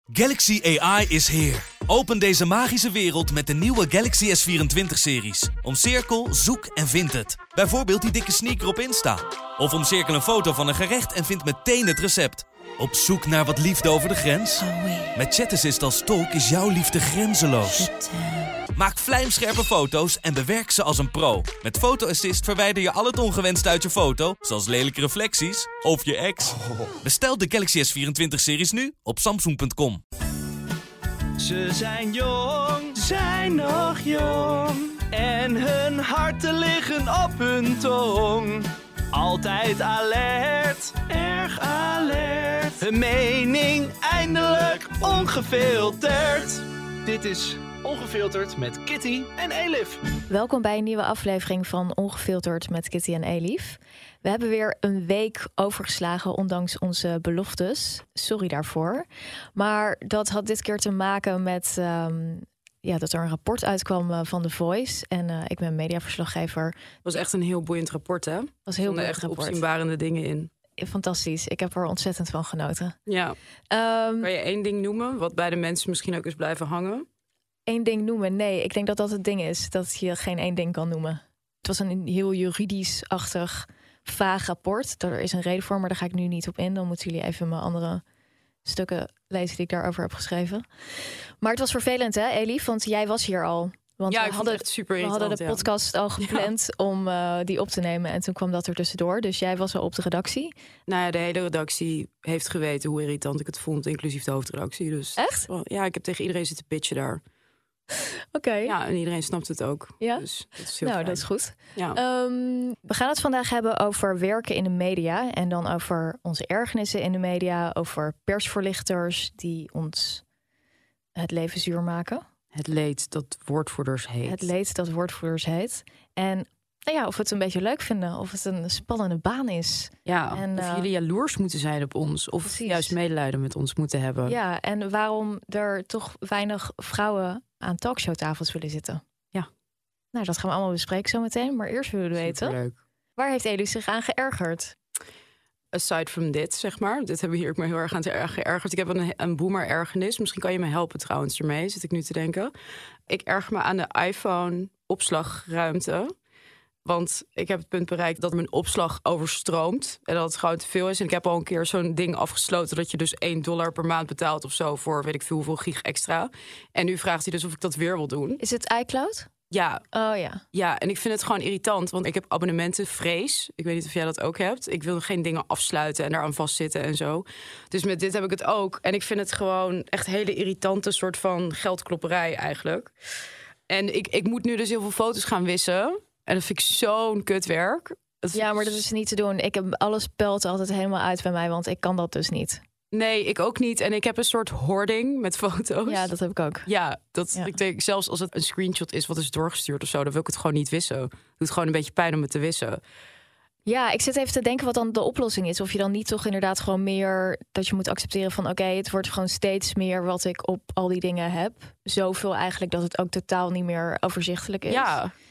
Galaxy AI is here. Open deze magische wereld met de nieuwe Galaxy S24-series. Omcirkel, zoek en vind het. Bijvoorbeeld die dikke sneaker op Insta. Of omcirkel een foto van een gerecht en vind meteen het recept. Op zoek naar wat liefde over de grens? Met ChatAssist als tolk is jouw liefde grenzeloos. Maak vlijmscherpe foto's en bewerk ze als een pro. Met Photo Assist verwijder je al het ongewenst uit je foto, zoals lelijke reflecties of je ex. Bestel de Galaxy S24-series nu op Samsung.com. Ze zijn jong, zijn nog jong. En hun harten liggen op hun tong. Altijd alert, erg alert. Hun mening eindelijk ongefilterd. Dit is Ongefilterd met Kitty en Elif. Welkom bij een nieuwe aflevering van Ongefilterd met Kitty en Elif. We hebben weer een week overgeslagen, ondanks onze beloftes. Sorry daarvoor. Maar dat had dit keer te maken met dat er een rapport uitkwam van The Voice. En ik ben mediaverslaggever. Het was echt een heel boeiend rapport, hè? Was heel boeiend echt rapport. opzienbarende dingen in. Fantastisch. Ik heb er ontzettend van genoten. Ja. Kan je één ding noemen, wat bij de mensen misschien ook is blijven hangen? Eén ding noemen? Nee, ik denk dat dat het ding is. Dat je geen één ding kan noemen. Het was een heel juridisch-achtig, vaag rapport. Er is een reden voor, maar daar ga ik nu niet op in. Dan moeten jullie even mijn andere stukken lezen die ik daarover heb geschreven. Maar het was vervelend, hè, Elif? Want jij was hier al. Want ja, we hadden de podcast al gepland om die op te nemen. En toen kwam dat er tussendoor. Dus jij was al op de redactie. Nou ja, de hele redactie heeft geweten hoe irritant ik het vond. Inclusief de hoofdredactie. Dus echt? Ja, ik heb tegen iedereen zitten pitchen daar. Oké. Ja, en iedereen snapt het ook. Ja? Dus dat is heel nou, fijn. dat is goed. Ja. We gaan het vandaag hebben over werken in de media. En dan over onze ergernissen in de media. Over persvoorlichters die ons het leven zuur maken. Het leed dat woordvoerders heet. Het leed dat woordvoerders heet. En of we het een beetje leuk vinden. Of het een spannende baan is. Ja, en, of jullie jaloers moeten zijn op ons. Of precies. juist medelijden met ons moeten hebben. Ja, en waarom er toch weinig vrouwen aan talkshowtafels willen zitten. Ja. Nou, dat gaan we allemaal bespreken zo meteen. Maar eerst willen we weten, Superleuk. Waar heeft Elif zich aan geërgerd? Aside from dit, zeg maar. Dit hebben we hier ook maar heel erg aan geërgerd. Ik heb een boomer-ergernis. Misschien kan je me helpen trouwens ermee, zit ik nu te denken. Ik erger me aan de iPhone-opslagruimte. Want ik heb het punt bereikt dat mijn opslag overstroomt. En dat het gewoon te veel is. En ik heb al een keer zo'n ding afgesloten dat je dus $1 per maand betaalt of zo voor weet ik veel hoeveel gig extra. En nu vraagt hij dus of ik dat weer wil doen. Is het iCloud? Ja. Oh ja. Ja, en ik vind het gewoon irritant, want ik heb abonnementenvrees. Ik weet niet of jij dat ook hebt. Ik wil geen dingen afsluiten en daaraan vastzitten en zo. Dus met dit heb ik het ook. En ik vind het gewoon echt hele irritante soort van geldklopperij eigenlijk. En ik moet nu dus heel veel foto's gaan wissen. En dat vind ik zo'n kutwerk. Ja, maar dat is niet te doen. Ik heb alles pelt altijd helemaal uit bij mij, want ik kan dat dus niet. Nee, ik ook niet. En ik heb een soort hoarding met foto's. Ja, dat heb ik ook. Ja, ik denk zelfs als het een screenshot is wat is doorgestuurd of zo, dan wil ik het gewoon niet wissen. Het doet gewoon een beetje pijn om het te wissen. Ja, ik zit even te denken wat dan de oplossing is. Of je dan niet toch inderdaad gewoon meer dat je moet accepteren van oké, het wordt gewoon steeds meer wat ik op al die dingen heb. Zoveel eigenlijk dat het ook totaal niet meer overzichtelijk is.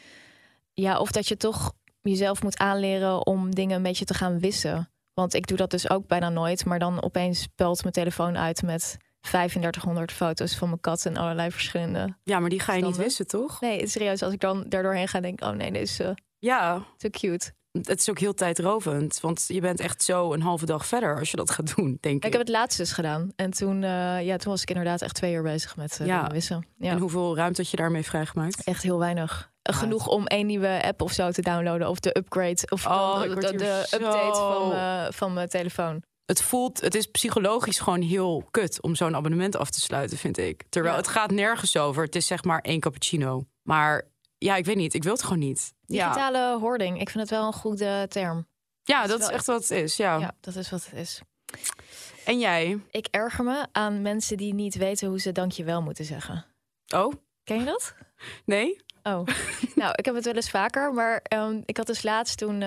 Ja, of dat je toch jezelf moet aanleren om dingen een beetje te gaan wissen. Want ik doe dat dus ook bijna nooit. Maar dan opeens pelt mijn telefoon uit met 3500 foto's van mijn kat en allerlei verschillende. Ja, maar die ga je standen. niet wissen, toch? Nee, serieus. Als ik dan daardoorheen ga, denk ik, oh nee, dit is te cute. Het is ook heel tijdrovend. Want je bent echt zo een halve dag verder als je dat gaat doen, denk ik. Ik heb het laatst dus gedaan. En toen was ik inderdaad echt 2 uur bezig met wissen. Ja. En hoeveel ruimte had je daarmee vrijgemaakt? Echt heel weinig. Genoeg om 1 nieuwe app of zo te downloaden. Of de upgrade. Of de update van mijn telefoon. Het is psychologisch gewoon heel kut om zo'n abonnement af te sluiten, vind ik. Terwijl het gaat nergens over. Het is zeg maar 1 cappuccino. Maar ja, ik weet niet. Ik wil het gewoon niet. Digitale hoarding. Ik vind het wel een goede term. Ja, dat is echt wat het is. Ja, dat is wat het is. En jij? Ik erger me aan mensen die niet weten hoe ze dankjewel moeten zeggen. Oh? Ken je dat? Nee? Oh, nou, ik heb het wel eens vaker. Maar ik had dus laatst toen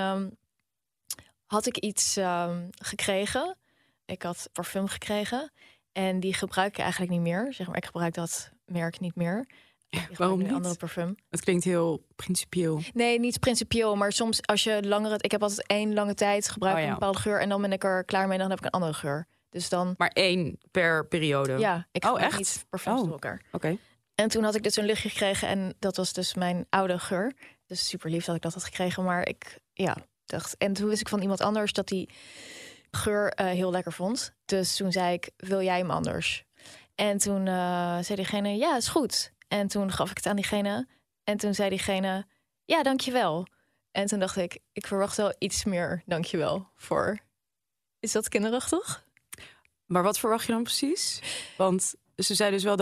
had ik iets gekregen. Ik had parfum gekregen. En die gebruik ik eigenlijk niet meer. Zeg maar, ik gebruik dat merk niet meer. Waarom niet? Een andere parfum. Het klinkt heel principieel. Nee, niet principieel. Maar soms als je ik heb altijd 1 lange tijd gebruik een bepaalde geur. En dan ben ik er klaar mee. Dan heb ik een andere geur. Dus dan... Maar 1 per periode? Ja, ik Oh, gebruik echt? niet parfums door elkaar. Oké. En toen had ik dus een luchtje gekregen en dat was dus mijn oude geur. Dus super lief dat ik dat had gekregen, maar ik dacht... En toen wist ik van iemand anders dat die geur heel lekker vond. Dus toen zei ik, wil jij hem anders? En toen zei diegene, ja, is goed. En toen gaf ik het aan diegene. En toen zei diegene, ja, dankjewel. En toen dacht ik verwacht wel iets meer dankjewel voor. Is dat kinderachtig? Maar wat verwacht je dan precies? Want ze zei dus wel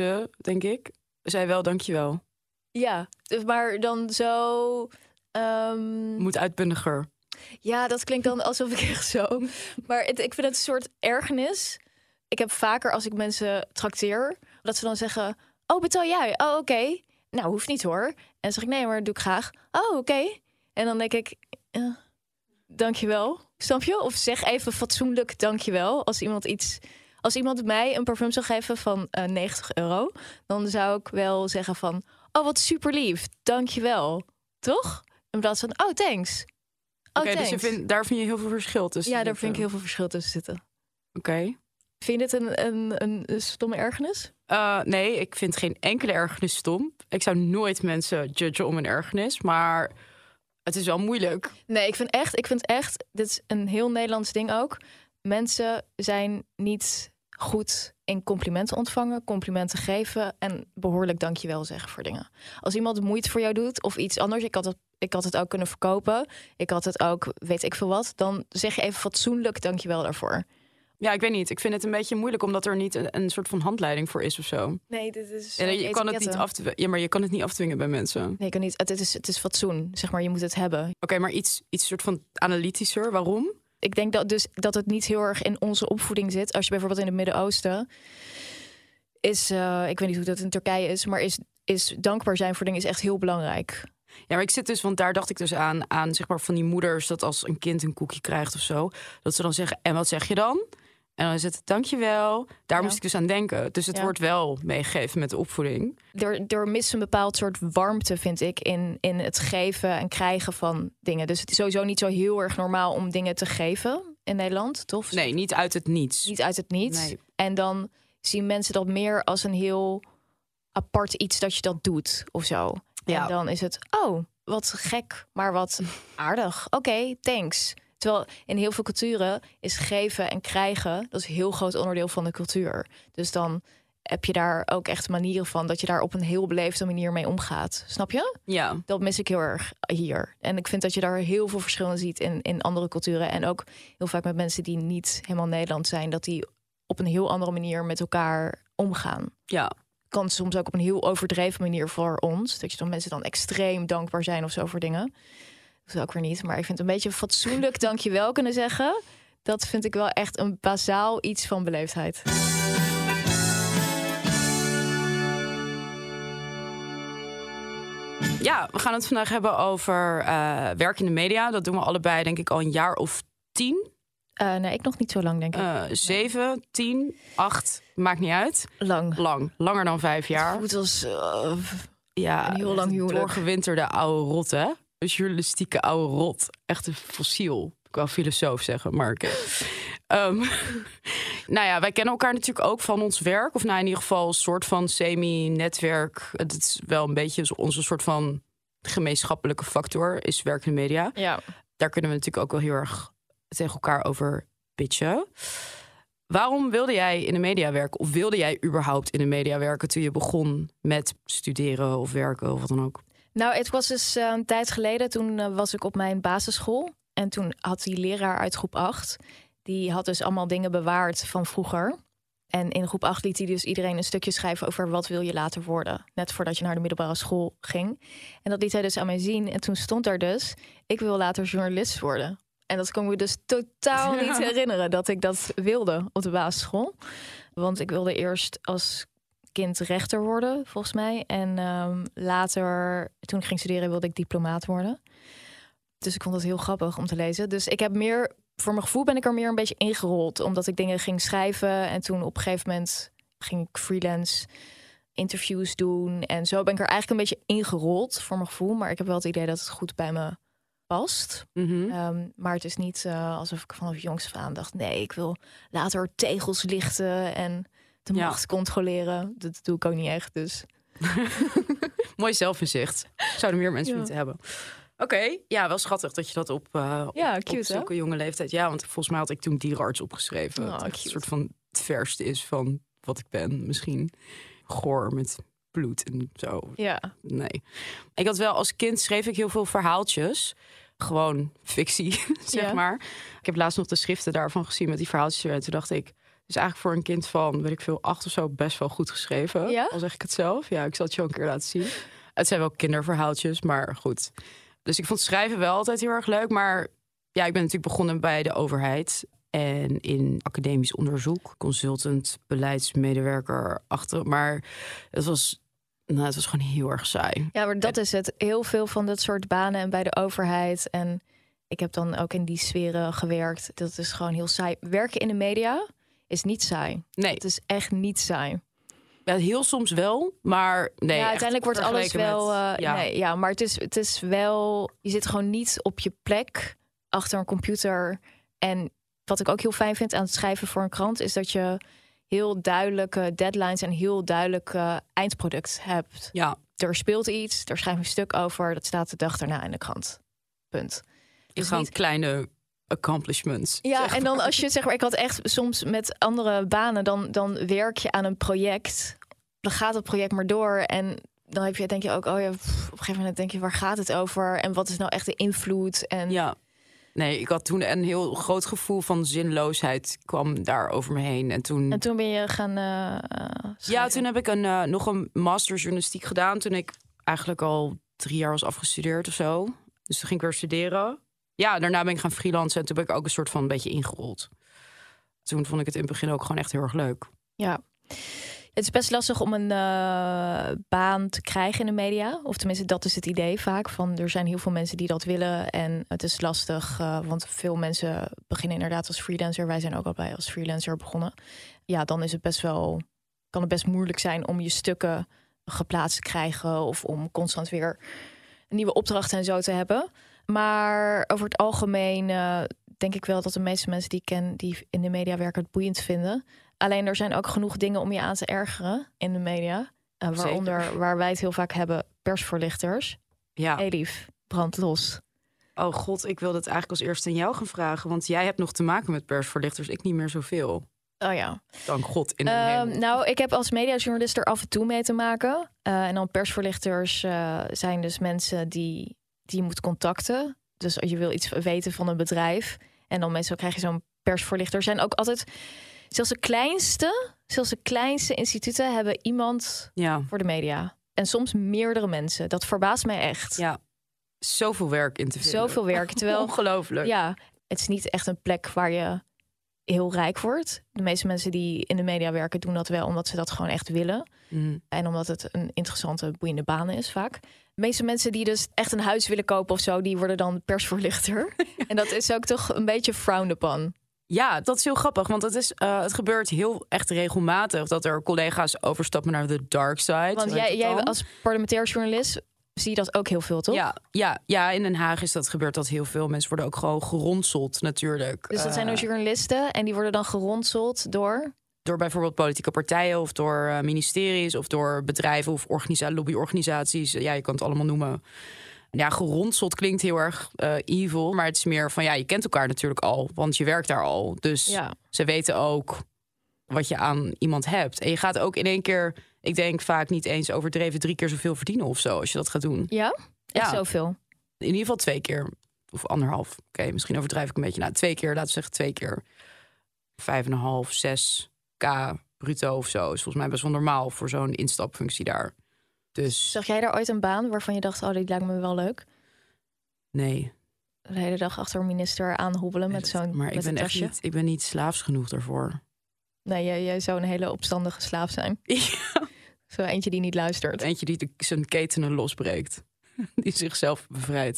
zei wel dankjewel. Ja, maar dan zo... Moet uitbundiger. Ja, dat klinkt dan alsof ik echt zo... Maar ik vind het een soort ergernis. Ik heb vaker als ik mensen trakteer... dat ze dan zeggen, oh, betaal jij? Oh, oké. Nou, hoeft niet hoor. En dan zeg ik, nee, maar dat doe ik graag. Oh, oké. En dan denk ik, dankjewel. Snap je? Of zeg even fatsoenlijk dankjewel. Als iemand mij een parfum zou geven van €90... dan zou ik wel zeggen van... oh, wat super lief, dankjewel. Toch? In plaats van, oh, thanks. Oké, dus daar vind je heel veel verschil tussen. Ja, daar vind ik heel veel verschil tussen zitten. Oké. Vind je dit een stomme ergernis? Nee, ik vind geen enkele ergernis stom. Ik zou nooit mensen judgen om een ergernis, maar het is wel moeilijk. Nee, ik vind echt, dit is een heel Nederlands ding ook. Mensen zijn niet goed in complimenten ontvangen, complimenten geven en behoorlijk dankjewel zeggen voor dingen. Als iemand moeite voor jou doet of iets anders, ik had het ook kunnen verkopen. Ik had het ook, weet ik veel wat. Dan zeg je even fatsoenlijk dankjewel daarvoor. Ja, ik weet niet. Ik vind het een beetje moeilijk omdat er niet een soort van handleiding voor is of zo. Nee, dit is. En je kan het niet maar je kan het niet afdwingen bij mensen. Nee, ik kan niet. Het is fatsoen, zeg maar. Je moet het hebben. Oké, maar iets soort van analytischer. Waarom? Ik denk dat het niet heel erg in onze opvoeding zit. Als je bijvoorbeeld in het Midden-Oosten is, ik weet niet hoe dat in Turkije is, maar is dankbaar zijn voor dingen is echt heel belangrijk. Ja, maar ik zit dus, want daar dacht ik dus aan zeg maar van die moeders dat als een kind een koekje krijgt of zo, dat ze dan zeggen, en wat zeg je dan? En dan is het dankjewel. Daar moest ik dus aan denken. Dus het wordt wel meegegeven met de opvoeding. Er mist een bepaald soort warmte, vind ik, in het geven en krijgen van dingen. Dus het is sowieso niet zo heel erg normaal om dingen te geven in Nederland, toch? Nee, niet uit het niets. Niet uit het niets. Nee. En dan zien mensen dat meer als een heel apart iets dat je dat doet of zo. Ja. En dan is het, oh, wat gek, maar wat aardig. Oké, thanks. Terwijl in heel veel culturen is geven en krijgen, dat is een heel groot onderdeel van de cultuur. Dus dan heb je daar ook echt manieren van dat je daar op een heel beleefde manier mee omgaat. Snap je? Ja. Dat mis ik heel erg hier. En ik vind dat je daar heel veel verschillen ziet in andere culturen. En ook heel vaak met mensen die niet helemaal Nederland zijn, dat die op een heel andere manier met elkaar omgaan. Ja. Kan soms ook op een heel overdreven manier voor ons. Dat je dan mensen dan extreem dankbaar zijn of zo voor dingen. Dat is ook weer niet. Maar ik vind een beetje fatsoenlijk dankjewel kunnen zeggen. Dat vind ik wel echt een bazaal iets van beleefdheid. Ja, we gaan het vandaag hebben over werk in de media. Dat doen we allebei denk ik al een jaar of 10. Nee, ik nog niet zo lang, denk ik. 7, 10, 8, maakt niet uit. Lang. Langer dan 5 jaar. Het was ja, een heel lang huwelijk. Doorgewinterde oude rot, hè? Een journalistieke oude rot. Echt een fossiel. Ik wou filosoof zeggen, maar oké. Nou ja, wij kennen elkaar natuurlijk ook van ons werk. Of nou, in ieder geval een soort van semi-netwerk. Het is wel een beetje onze soort van gemeenschappelijke factor. Is werk in de media. Ja. Daar kunnen we natuurlijk ook wel heel erg tegen elkaar over pitchen. Waarom wilde jij in de media werken? Of wilde jij überhaupt in de media werken toen je begon met studeren of werken of wat dan ook? Nou, het was dus een tijd geleden. Toen was ik op mijn basisschool. En toen had die leraar uit groep 8... die had dus allemaal dingen bewaard van vroeger. En in groep 8 liet hij dus iedereen een stukje schrijven over wat wil je later worden. Net voordat je naar de middelbare school ging. En dat liet hij dus aan mij zien. En toen stond daar dus, ik wil later journalist worden. En dat kon ik me dus totaal niet herinneren dat ik dat wilde op de basisschool. Want ik wilde eerst als kind rechter worden, volgens mij. En later, toen ik ging studeren, wilde ik diplomaat worden. Dus ik vond het heel grappig om te lezen. Dus ik heb meer, voor mijn gevoel ben ik er meer een beetje ingerold. Omdat ik dingen ging schrijven. En toen op een gegeven moment ging ik freelance interviews doen. En zo ben ik er eigenlijk een beetje ingerold voor mijn gevoel. Maar ik heb wel het idee dat het goed bij me past. Mhm. Maar het is niet alsof ik vanaf jongs af aan dacht... nee, ik wil later tegels lichten en de macht controleren. Dat doe ik ook niet echt, dus... Mooi zelfinzicht. Zouden meer mensen moeten hebben. Oké, ja, wel schattig dat je dat op cute, op zulke jonge leeftijd... Ja, want volgens mij had ik toen dierenarts opgeschreven. Dat het een soort van het verste is van wat ik ben. Misschien goor met bloed en zo. Ja. Nee. Ik had wel als kind schreef ik heel veel verhaaltjes. Gewoon fictie, zeg maar. Ik heb laatst nog de schriften daarvan gezien met die verhaaltjes. En toen dacht ik, dus eigenlijk voor een kind van, weet ik veel, 8 of zo, best wel goed geschreven. Ja? Al zeg ik het zelf. Ja, ik zal het je ook een keer laten zien. Het zijn wel kinderverhaaltjes, maar goed. Dus ik vond schrijven wel altijd heel erg leuk. Maar ja, ik ben natuurlijk begonnen bij de overheid. En in academisch onderzoek, consultant, beleidsmedewerker achter. Maar het was gewoon heel erg saai. Ja, maar dat is het. Heel veel van dat soort banen en bij de overheid. En ik heb dan ook in die sferen gewerkt. Dat is gewoon heel saai. Werken in de media is niet saai. Nee. Het is echt niet saai. Ja, heel soms wel, maar nee. Ja, uiteindelijk wordt alles wel... maar het is wel... Je zit gewoon niet op je plek achter een computer. En wat ik ook heel fijn vind aan het schrijven voor een krant... is dat je heel duidelijke deadlines en heel duidelijk eindproduct hebt. Ja. Er speelt iets, daar schrijf je een stuk over. Dat staat de dag daarna in de krant. Punt. Dus gewoon kleine accomplishments. Ja, en dan als je zeg maar, ik had echt soms met andere banen, dan werk je aan een project. Dan gaat het project maar door. En dan denk je ook, op een gegeven moment denk je, waar gaat het over? En wat is nou echt de invloed? En ja. Nee, ik had toen een heel groot gevoel van zinloosheid kwam daar over me heen. En toen ben je gaan ja, toen heb ik nog een master journalistiek gedaan. Toen ik eigenlijk al 3 jaar was afgestudeerd of zo. Dus toen ging ik weer studeren. Ja, daarna ben ik gaan freelancen en toen ben ik ook een soort van een beetje ingerold. Toen vond ik het in het begin ook gewoon echt heel erg leuk. Ja. Het is best lastig om een baan te krijgen in de media. Of tenminste, dat is het idee vaak. Van, er zijn heel veel mensen die dat willen. En het is lastig, want veel mensen beginnen inderdaad als freelancer. Wij zijn ook al bij als freelancer begonnen. Ja, dan is het kan het best moeilijk zijn om je stukken geplaatst te krijgen. Of om constant weer een nieuwe opdrachten en zo te hebben. Maar over het algemeen denk ik wel dat de meeste mensen die ik ken... die in de media werken, het boeiend vinden. Alleen er zijn ook genoeg dingen om je aan te ergeren in de media. Waaronder, waar wij het heel vaak hebben, persvoorlichters. Ja. Elif, brand los. Oh god, ik wilde het eigenlijk als eerste aan jou gaan vragen. Want jij hebt nog te maken met persvoorlichters. Ik niet meer zoveel. Oh ja. Dank god in de hemel. Nou, ik heb als mediajournalist er af en toe mee te maken. En dan persvoorlichters zijn dus mensen die je moet contacten. Dus als je wil iets weten van een bedrijf. En dan meestal krijg je zo'n persvoorlichter. Er zijn ook altijd... Zelfs de kleinste instituten hebben iemand voor de media. En soms meerdere mensen. Dat verbaast mij echt. Ja, zoveel werk in te vinden. Zoveel werk. Terwijl, ongelooflijk. Ja, het is niet echt een plek waar je heel rijk wordt. De meeste mensen die in de media werken doen dat wel omdat ze dat gewoon echt willen. En omdat het een interessante, boeiende baan is vaak. De meeste mensen die dus echt een huis willen kopen of zo, die worden dan persvoorlichter. En dat is ook toch een beetje frowned upon. Ja, dat is heel grappig, want het gebeurt heel echt regelmatig dat er collega's overstappen naar de dark side. Want jij als parlementair journalist zie je dat ook heel veel, toch? Ja, in Den Haag gebeurt dat heel veel. Mensen worden ook gewoon geronseld natuurlijk. Dus dat zijn dus journalisten en die worden dan geronseld door? Door bijvoorbeeld politieke partijen of door ministeries of door bedrijven of lobbyorganisaties. Ja, je kan het allemaal noemen. Ja, geronseld klinkt heel erg evil, maar het is meer van je kent elkaar natuurlijk al, want je werkt daar al. Dus ze weten ook wat je aan iemand hebt. En je gaat ook in één keer, ik denk vaak niet eens overdreven 3 keer zoveel verdienen of zo, als je dat gaat doen. Ja? Echt zoveel? In ieder geval 2 keer. Of 1,5. Oké, misschien overdrijf ik een beetje. 2 keer, laten we zeggen 2 keer. 5,5, 6k bruto of zo. Is volgens mij best wel normaal voor zo'n instapfunctie daar. Dus... Zag jij daar ooit een baan waarvan je dacht, die lijkt me wel leuk? Nee. De hele dag achter een minister aanhobbelen met zo'n Maar ik ben niet slaafs genoeg daarvoor. Nee, jij zou een hele opstandige slaaf zijn. Ja. Zo eentje die niet luistert. Eentje die zijn ketenen losbreekt. Die zichzelf bevrijdt.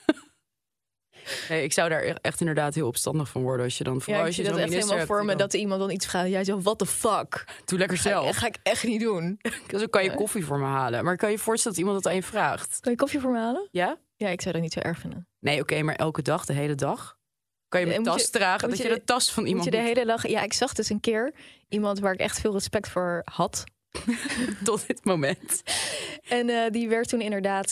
Nee, ik zou daar echt inderdaad heel opstandig van worden. Als je dan als je dat echt helemaal voor me, dat iemand dan iets vraagt. Jij zo, what the fuck? Doe lekker zelf. Ga ik echt niet doen. Dus dan kan je koffie voor me halen. Maar kan je je voorstellen dat iemand dat aan je vraagt? Kan je koffie voor me halen? Ja? Ja, ik zou dat niet zo erg vinden. Nee, oké, maar elke dag, de hele dag? Kan je mijn tas dragen dat je de tas van iemand moet je de hele dag... Ja, ik zag dus een keer iemand waar ik echt veel respect voor had. Tot dit moment. En die werd toen inderdaad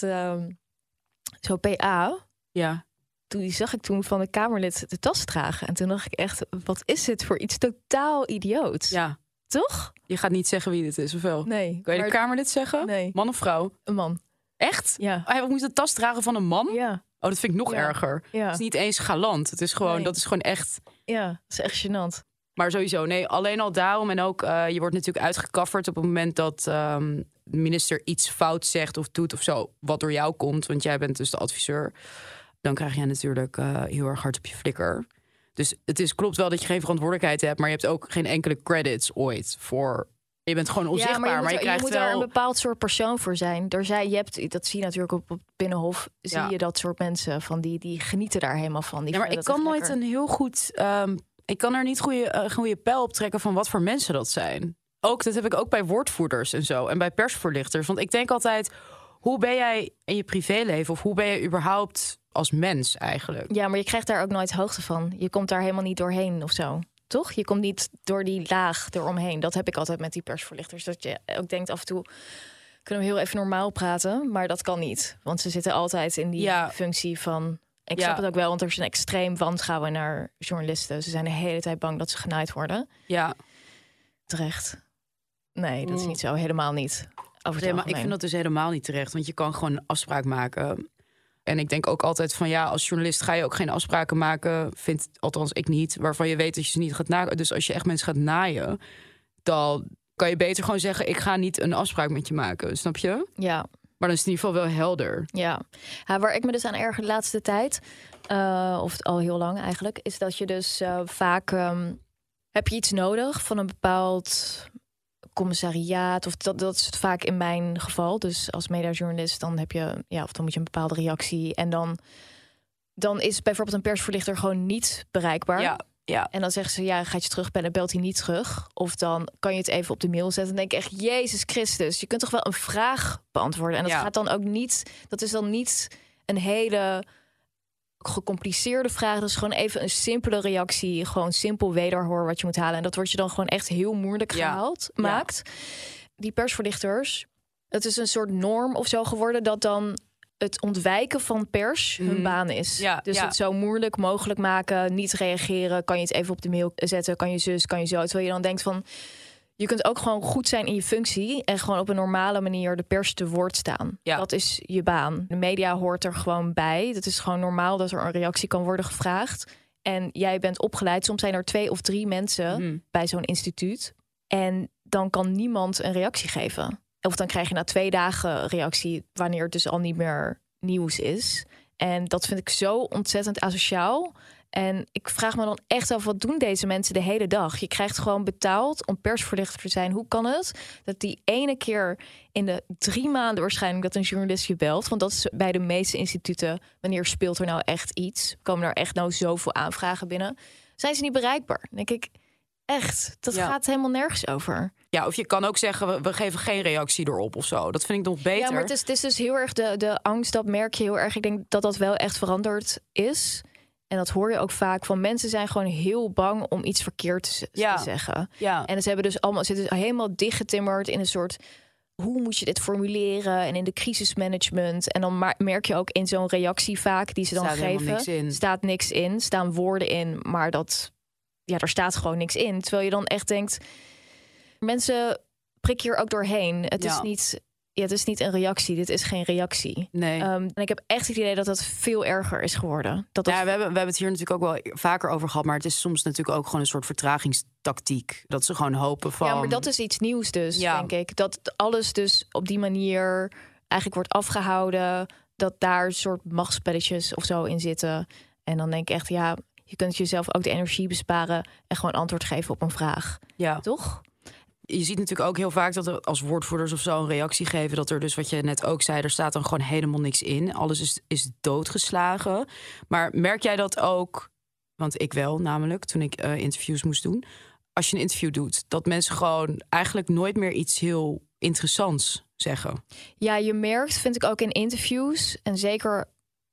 zo PA. Ja. Die zag ik toen van de Kamerlid de tas dragen. En toen dacht ik echt, wat is dit voor iets totaal idioots? Ja. Toch? Je gaat niet zeggen wie dit is, of wel? Nee. Kan je de Kamerlid zeggen? Nee. Man of vrouw? Een man. Echt? Ja. Hij moest de tas dragen van een man? Ja. Oh, dat vind ik nog erger. Ja. Het is niet eens galant. Het is gewoon, dat is gewoon echt... Ja, dat is echt gênant. Maar sowieso, nee, alleen al daarom. En ook, je wordt natuurlijk uitgekafferd op het moment dat de minister iets fout zegt of doet of zo, wat door jou komt. Want jij bent dus de adviseur. Dan krijg jij natuurlijk heel erg hard op je flikker. Dus klopt wel dat je geen verantwoordelijkheid hebt, maar je hebt ook geen enkele credits ooit voor. Je bent gewoon onzichtbaar, ja, maar je krijgt moet wel... daar een bepaald soort persoon voor zijn. Dat zie je natuurlijk op het Binnenhof. Zie je dat soort mensen van die genieten daar helemaal van. Ja, maar ik kan nooit een heel goed... ik kan er niet goede pijl op trekken van wat voor mensen dat zijn. Dat heb ik ook bij woordvoerders en zo. En bij persvoorlichters. Want ik denk altijd, hoe ben jij in je privéleven? Of hoe ben je überhaupt als mens eigenlijk? Ja, maar je krijgt daar ook nooit hoogte van. Je komt daar helemaal niet doorheen of zo. Toch? Je komt niet door die laag eromheen. Dat heb ik altijd met die persvoorlichters. Dat je ook denkt af en toe, kunnen we heel even normaal praten? Maar dat kan niet. Want ze zitten altijd in die functie van... Ik snap het ook wel, want er is een extreem wantrouwen naar journalisten. Ze zijn de hele tijd bang dat ze genaaid worden. Ja. Terecht. Nee, dat is niet zo. Helemaal niet. Maar ik vind dat dus helemaal niet terecht. Want je kan gewoon een afspraak maken. En ik denk ook altijd van als journalist ga je ook geen afspraken maken. Althans ik niet. Waarvan je weet dat je ze niet gaat naaien. Dus als je echt mensen gaat naaien, dan kan je beter gewoon zeggen, ik ga niet een afspraak met je maken. Snap je? Ja. Maar dan is het in ieder geval wel helder. Ja, waar ik me dus aan erger de laatste tijd, of al heel lang eigenlijk, is dat je dus vaak heb je iets nodig van een bepaald commissariaat. Of dat is het vaak in mijn geval. Dus als mediajournalist, dan heb je, of dan moet je een bepaalde reactie. En dan is bijvoorbeeld een persvoorlichter gewoon niet bereikbaar. Ja. En dan zeggen ze, gaat je terugbellen, belt hij niet terug. Of dan kan je het even op de mail zetten. Dan denk ik echt, Jezus Christus, je kunt toch wel een vraag beantwoorden. En dat gaat dan ook niet, dat is dan niet een hele gecompliceerde vraag. Dat is gewoon even een simpele reactie. Gewoon simpel wederhoor wat je moet halen. En dat wordt je dan gewoon echt heel moeilijk maakt. Die persvoorlichters, het is een soort norm of zo geworden dat dan het ontwijken van pers hun baan is. Dus het zo moeilijk mogelijk maken, niet reageren. Kan je het even op de mail zetten? Kan je zus, kan je zo? Terwijl je dan denkt van, je kunt ook gewoon goed zijn in je functie en gewoon op een normale manier de pers te woord staan. Ja. Dat is je baan. De media hoort er gewoon bij. Het is gewoon normaal dat er een reactie kan worden gevraagd. En jij bent opgeleid. Soms zijn er 2 of 3 mensen bij zo'n instituut. En dan kan niemand een reactie geven. Of dan krijg je na 2 dagen reactie, wanneer het dus al niet meer nieuws is. En dat vind ik zo ontzettend asociaal. En ik vraag me dan echt af, wat doen deze mensen de hele dag? Je krijgt gewoon betaald om persvoorlichter te zijn. Hoe kan het dat die ene keer in de 3 maanden waarschijnlijk dat een journalist je belt? Want dat is bij de meeste instituten, wanneer speelt er nou echt iets? Komen er echt nou zoveel aanvragen binnen? Zijn ze niet bereikbaar? Dan denk ik, echt, dat gaat helemaal nergens over. Ja, of je kan ook zeggen, we geven geen reactie erop of zo. Dat vind ik nog beter. Ja, maar het is dus heel erg de angst, dat merk je heel erg. Ik denk dat dat wel echt veranderd is. En dat hoor je ook vaak van mensen zijn gewoon heel bang om iets verkeerd te zeggen. Ja. En ze hebben dus zitten helemaal dichtgetimmerd in een soort, hoe moet je dit formuleren? En in de crisismanagement. En dan merk je ook in zo'n reactie vaak die ze dan geven, staat niks in, staan woorden in, maar er staat gewoon niks in. Terwijl je dan echt denkt, mensen prikken hier ook doorheen. Het is niet. Het is niet een reactie. Dit is geen reactie. Nee. En ik heb echt het idee dat dat veel erger is geworden. We hebben het hier natuurlijk ook wel vaker over gehad. Maar het is soms natuurlijk ook gewoon een soort vertragingstactiek. Dat ze gewoon hopen van... Ja, maar dat is iets nieuws dus, denk ik. Dat alles dus op die manier eigenlijk wordt afgehouden. Dat daar een soort machtsspelletjes of zo in zitten. En dan denk ik echt, je kunt jezelf ook de energie besparen en gewoon antwoord geven op een vraag. Ja. Toch? Je ziet natuurlijk ook heel vaak dat er als woordvoerders of zo een reactie geven, dat er dus, wat je net ook zei, er staat dan gewoon helemaal niks in. Alles is doodgeslagen. Maar merk jij dat ook? Want ik wel, namelijk, toen ik interviews moest doen. Als je een interview doet, dat mensen gewoon eigenlijk nooit meer iets heel interessants zeggen. Ja, je merkt, vind ik ook in interviews, en zeker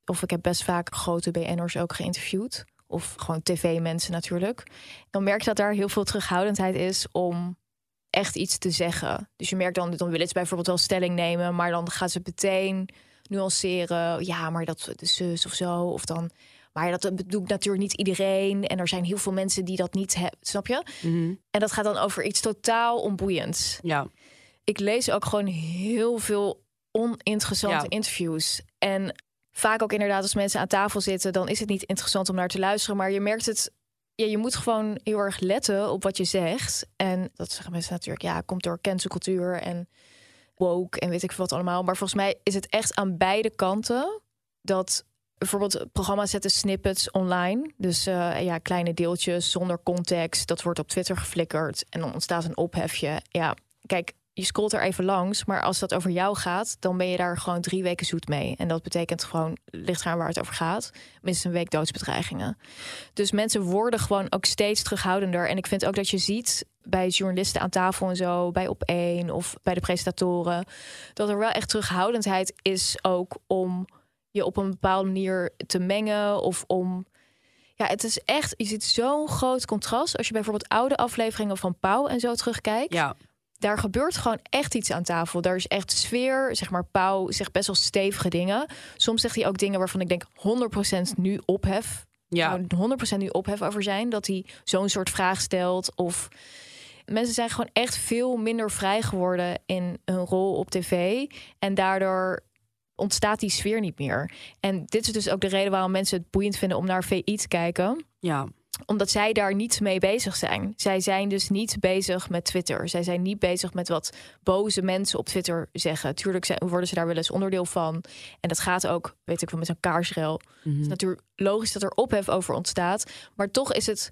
of ik heb best vaak grote BN'ers ook geïnterviewd. Of gewoon tv-mensen natuurlijk. Dan merk je dat daar heel veel terughoudendheid is om echt iets te zeggen. Dus je merkt dan willen ze bijvoorbeeld wel stelling nemen, maar dan gaan ze meteen nuanceren. Ja, maar dat is zus of zo. Of dan, maar dat doet natuurlijk niet iedereen. En er zijn heel veel mensen die dat niet hebben. Snap je? Mhm. En dat gaat dan over iets totaal onboeiends. Ja. Ik lees ook gewoon heel veel oninteressante interviews. En vaak ook inderdaad als mensen aan tafel zitten, dan is het niet interessant om naar te luisteren. Maar je merkt het. Ja, je moet gewoon heel erg letten op wat je zegt. En dat zeggen mensen natuurlijk, ja, komt door cancelcultuur en woke en weet ik veel wat allemaal. Maar volgens mij is het echt aan beide kanten dat bijvoorbeeld programma's zetten snippets online. Dus kleine deeltjes zonder context. Dat wordt op Twitter geflikkerd en dan ontstaat een ophefje. Ja, kijk, je scrolt er even langs, maar als dat over jou gaat, dan ben je daar gewoon 3 weken zoet mee. En dat betekent gewoon, ligt eraan waar het over gaat, minstens een week doodsbedreigingen. Dus mensen worden gewoon ook steeds terughoudender. En ik vind ook dat je ziet bij journalisten aan tafel en zo, bij Op1 of bij de presentatoren, dat er wel echt terughoudendheid is ook om je op een bepaalde manier te mengen of om. Ja, het is echt, je ziet zo'n groot contrast als je bijvoorbeeld oude afleveringen van Pauw en zo terugkijkt. Ja. Daar gebeurt gewoon echt iets aan tafel. Daar is echt sfeer. Zeg maar, Pauw zegt best wel stevige dingen. Soms zegt hij ook dingen waarvan ik denk 100% nu ophef. Ja. 100% nu ophef over zijn. Dat hij zo'n soort vraag stelt. Of mensen zijn gewoon echt veel minder vrij geworden in hun rol op tv. En daardoor ontstaat die sfeer niet meer. En dit is dus ook de reden waarom mensen het boeiend vinden om naar VI te kijken. Ja. Omdat zij daar niet mee bezig zijn. Zij zijn dus niet bezig met Twitter. Zij zijn niet bezig met wat boze mensen op Twitter zeggen. Tuurlijk worden ze daar wel eens onderdeel van. En dat gaat ook, weet ik wel, met zo'n kaarsrel. Het is natuurlijk logisch dat er ophef over ontstaat. Maar toch is het.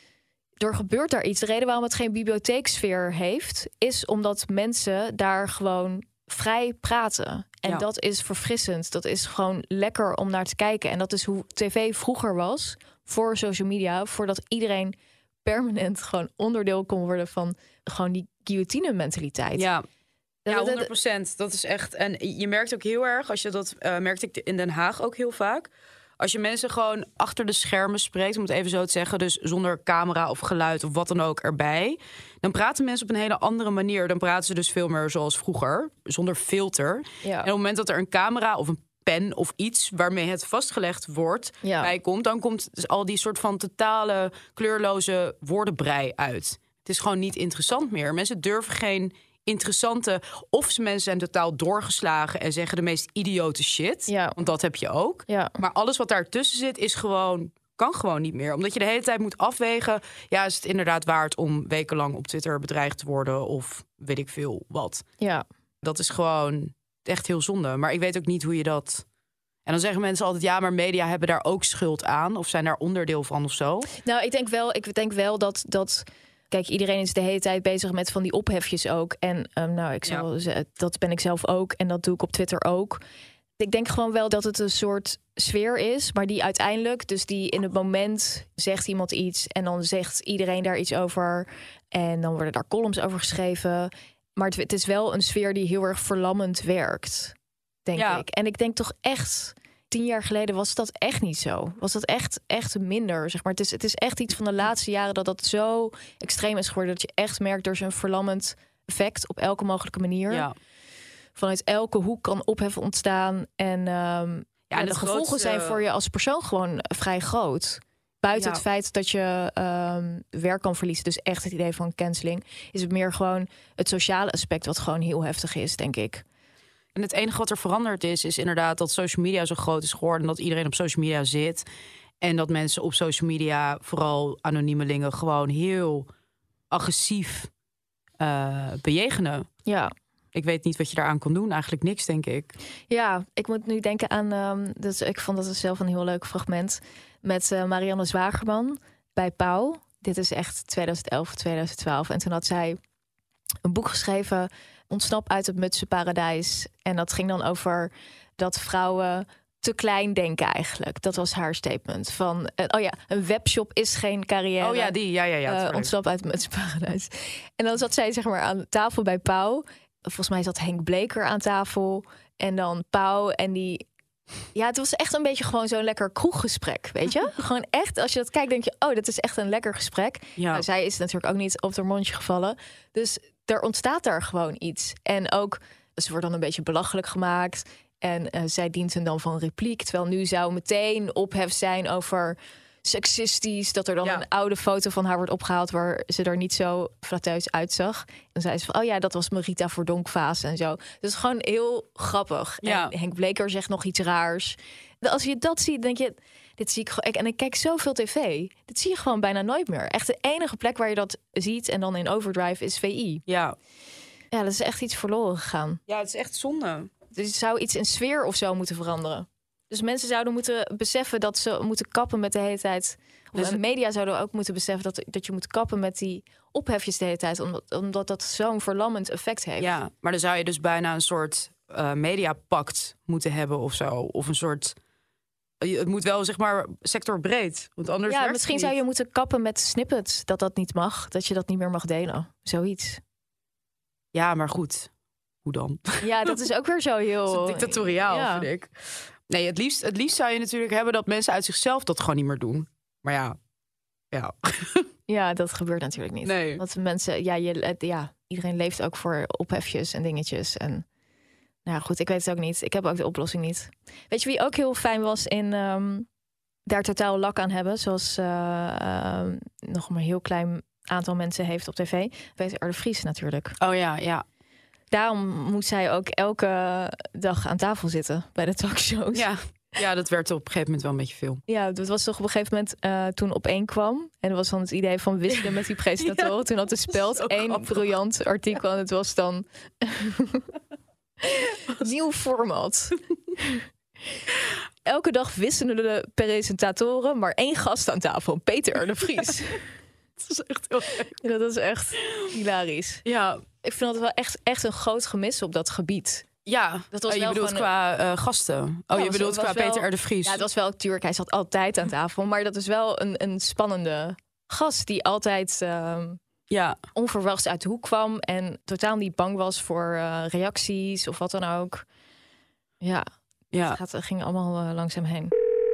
Er gebeurt daar iets. De reden waarom het geen bibliotheeksfeer heeft, is omdat mensen daar gewoon vrij praten. En dat is verfrissend. Dat is gewoon lekker om naar te kijken. En dat is hoe tv vroeger was, voor social media, voordat iedereen permanent gewoon onderdeel kon worden van gewoon die guillotine mentaliteit. Ja. Ja, 100%. Dat is echt. En je merkt ook heel erg, als je dat merkte ik in Den Haag ook heel vaak. Als je mensen gewoon achter de schermen spreekt, om het even zo te zeggen, dus zonder camera of geluid of wat dan ook erbij, dan praten mensen op een hele andere manier. Dan praten ze dus veel meer zoals vroeger, zonder filter. Ja. En op het moment dat er een camera of een pen of iets waarmee het vastgelegd wordt bij komt, dan komt dus al die soort van totale kleurloze woordenbrei uit. Het is gewoon niet interessant meer. Mensen durven geen interessante, of mensen zijn totaal doorgeslagen en zeggen de meest idiote shit. Ja. Want dat heb je ook. Ja. Maar alles wat daartussen zit is gewoon, kan gewoon niet meer. Omdat je de hele tijd moet afwegen, ja, is het inderdaad waard om wekenlang op Twitter bedreigd te worden of weet ik veel wat. Ja. Dat is gewoon echt heel zonde. Maar ik weet ook niet hoe je dat. En dan zeggen mensen altijd, ja, maar media hebben daar ook schuld aan of zijn daar onderdeel van of zo. Nou, ik denk wel dat kijk, iedereen is de hele tijd bezig met van die ophefjes ook. En dat ben ik zelf ook. En dat doe ik op Twitter ook. Ik denk gewoon wel dat het een soort sfeer is, maar die uiteindelijk, dus die in het moment zegt iemand iets en dan zegt iedereen daar iets over. En dan worden daar columns over geschreven. Maar het is wel een sfeer die heel erg verlammend werkt, denk ik. En ik denk toch echt, 10 jaar geleden was dat echt niet zo. Was dat echt minder, zeg maar. Het is echt iets van de laatste jaren dat zo extreem is geworden, dat je echt merkt, er is een verlammend effect op elke mogelijke manier. Ja. Vanuit elke hoek kan ophef ontstaan. En de gevolgen zijn voor je als persoon gewoon vrij groot. Buiten het feit dat je werk kan verliezen. Dus echt het idee van canceling. Is het meer gewoon het sociale aspect wat gewoon heel heftig is, denk ik. En het enige wat er veranderd is inderdaad dat social media zo groot is geworden. Dat iedereen op social media zit. En dat mensen op social media, vooral anoniemelingen, gewoon heel agressief bejegenen. Ja. Ik weet niet wat je daaraan kon doen. Eigenlijk niks, denk ik. Ja, ik moet nu denken aan. Ik vond dat zelf een heel leuk fragment met Marianne Zwagerman bij Pauw. Dit is echt 2011, 2012. En toen had zij een boek geschreven, Ontsnap uit het mutsenparadijs. En dat ging dan over dat vrouwen te klein denken eigenlijk. Dat was haar statement. Van, een webshop is geen carrière. Oh ja, die. Ja. Ontsnap uit het mutsenparadijs. En dan zat zij zeg maar aan tafel bij Pauw. Volgens mij zat Henk Bleker aan tafel. En dan Pauw. En die Ja, het was echt een beetje gewoon zo'n lekker kroeggesprek, weet je? Gewoon echt, als je dat kijkt, denk je... oh, dat is echt een lekker gesprek. Ja. Nou, zij is natuurlijk ook niet op haar mondje gevallen. Dus er ontstaat daar gewoon iets. En ook, ze wordt dan een beetje belachelijk gemaakt. En zij dient hem dan van repliek. Terwijl nu zou meteen ophef zijn over seksistisch... dat er dan een oude foto van haar wordt opgehaald... waar ze er niet zo flatteus uitzag. En zei ze van, oh ja, dat was Marita Verdonk-Vaas en zo. Dus gewoon heel grappig. Ja. En Henk Bleker zegt nog iets raars. Als je dat ziet, denk je... dit zie ik gewoon. En ik kijk zoveel tv. Dit zie je gewoon bijna nooit meer. Echt de enige plek waar je dat ziet... en dan in Overdrive is VI. Ja, Ja, dat is echt iets verloren gegaan. ja, het is echt zonde. Dus er zou iets in sfeer of zo moeten veranderen. Dus mensen zouden moeten beseffen dat ze moeten kappen met de hele tijd... Dus de media zouden ook moeten beseffen dat je moet kappen met die ophefjes de hele tijd. Omdat dat zo'n verlammend effect heeft. Ja, maar dan zou je dus bijna een soort mediapact moeten hebben of zo. Of een soort... Het moet wel, zeg maar, sectorbreed. Want anders Ja, werkt misschien het zou je niet. moeten kappen met snippets. Dat niet mag. Dat je dat niet meer mag delen. Zoiets. Ja, maar goed. Hoe dan? Ja, dat is ook weer zo heel... Dat is dictatoriaal, Ja. vind ik. Nee, het liefst zou je natuurlijk hebben... dat mensen uit zichzelf dat gewoon niet meer doen. Maar ja. Ja, dat gebeurt natuurlijk niet. Nee. Want mensen, iedereen leeft ook voor ophefjes en dingetjes. En nou ja, goed, ik weet het ook niet. Ik heb ook de oplossing niet. Weet je wie ook heel fijn was in daar totaal lak aan hebben? Zoals nog maar een heel klein aantal mensen heeft op tv. Peter R. de Vries natuurlijk. Oh ja, ja. Daarom moet zij ook elke dag aan tafel zitten bij de talkshows. Ja, dat werd op een gegeven moment wel een beetje veel. Ja, dat was toch op een gegeven moment toen Op1 kwam. En dat was dan het idee van wisselen met die presentatoren. Ja, Toen had de Speld zo 1 grappig. briljant artikel. En het was dan nieuw format. Elke dag wisselen de presentatoren, maar 1 gast aan tafel. Peter R. de Vries. Dat is echt heel leuk. Ja, dat is echt hilarisch. Ja, Ik vind dat wel echt een groot gemis op dat gebied. ja. Dat was je wel bedoelt gewoon qua gasten. Ja, Je was- bedoelt was qua wel- Peter R. de Vries. Ja, het was wel natuurlijk. Hij zat altijd aan tafel. Maar dat is wel een spannende gast die altijd Ja, onverwachts uit de hoek kwam. En totaal niet bang was voor reacties of wat dan ook. Ja, ja. het ging allemaal langzaam heen.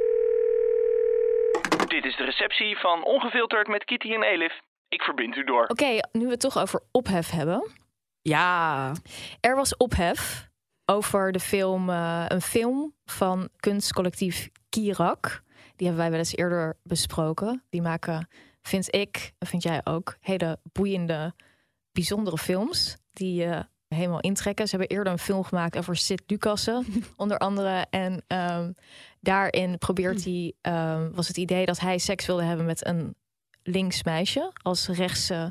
Dit is de receptie van Ongefilterd met Kitty en Elif. Ik verbind u door. Oké, nu we het toch over ophef hebben. Ja. Er was ophef over de film, een film van kunstcollectief Kirak. Die hebben wij wel eens eerder besproken. Die maken, vind ik, en vind jij ook, hele boeiende, bijzondere films. Die je helemaal intrekken. Ze hebben eerder een film gemaakt over Sid Lucassen, onder andere. En daarin probeert hij, was het idee dat hij seks wilde hebben met een links meisje. Als rechtse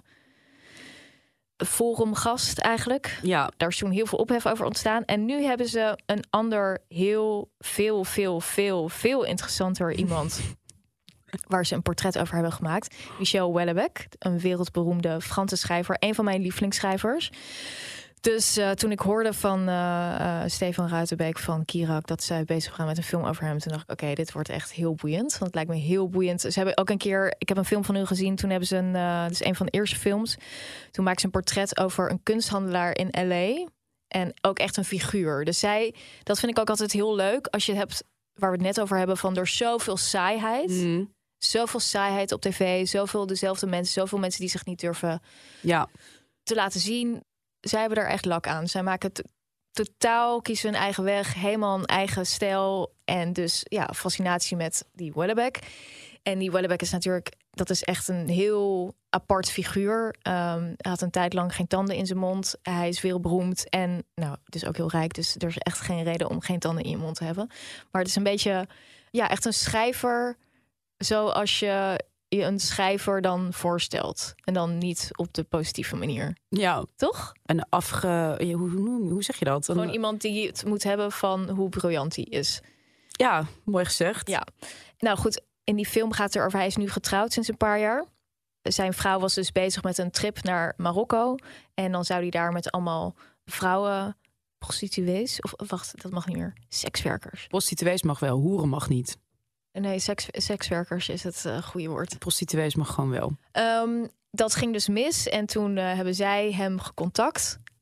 forumgast eigenlijk. Ja. Daar is toen heel veel ophef over ontstaan. En nu hebben ze een ander heel veel interessanter iemand waar ze een portret over hebben gemaakt. Michel Houellebecq, een wereldberoemde Franse schrijver. Een van mijn lievelingsschrijvers. Dus toen ik hoorde van Stefan Ruitenbeek van Kirak dat zij bezig gaan met een film over hem, toen dacht ik, oké, dit wordt echt heel boeiend. Want het lijkt me heel boeiend. Ze hebben ook een keer, ik heb een film van hun gezien. Toen hebben ze dit is een van de eerste films. Toen maakten ze een portret over een kunsthandelaar in LA. En ook echt een figuur. Dus dat vind ik ook altijd heel leuk. Als je het hebt, waar we het net over hebben, van door zoveel saaiheid. Mm. Zoveel saaiheid op tv. Zoveel dezelfde mensen. Zoveel mensen die zich niet durven Ja. te laten zien. Zij hebben er echt lak aan. Zij maken het totaal, kiezen hun eigen weg. Helemaal een eigen stijl. En dus ja, fascinatie met die Houellebecq. En die Houellebecq is natuurlijk, dat is echt een heel apart figuur. Hij had een tijd lang geen tanden in zijn mond. Hij is wereldberoemd en dus ook heel rijk. Dus er is echt geen reden om geen tanden in je mond te hebben. Maar het is een beetje, ja, echt een schrijver zoals je een schrijver dan voorstelt. En dan niet op de positieve manier. Ja. Toch? En hoe zeg je dat? Gewoon iemand die het moet hebben van hoe briljant hij is. Ja, mooi gezegd. Ja. Nou goed, in die film gaat het erover. Hij is nu getrouwd sinds een paar jaar. Zijn vrouw was dus bezig met een trip naar Marokko. En dan zou hij daar met allemaal vrouwen, prostituees, of wacht, dat mag niet meer, sekswerkers. Prostituees mag wel, hoeren mag niet. Nee, sekswerkers is het goede woord. Prostituees mag gewoon wel. Dat ging dus mis. En toen hebben zij hem gecontact.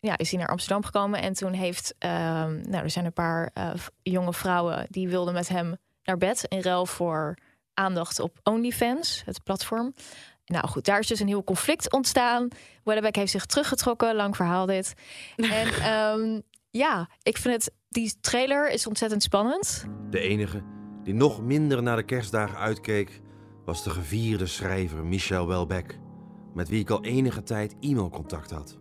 is hij naar Amsterdam gekomen. En toen heeft, er zijn een paar jonge vrouwen die wilden met hem naar bed in ruil voor aandacht op OnlyFans, het platform. Nou goed, daar is dus een heel conflict ontstaan. Wellebeck heeft zich teruggetrokken, lang verhaal dit. En ik vind die trailer is ontzettend spannend. De enige die nog minder naar de kerstdagen uitkeek was de gevierde schrijver Michel Houellebecq, met wie ik al enige tijd e-mailcontact had.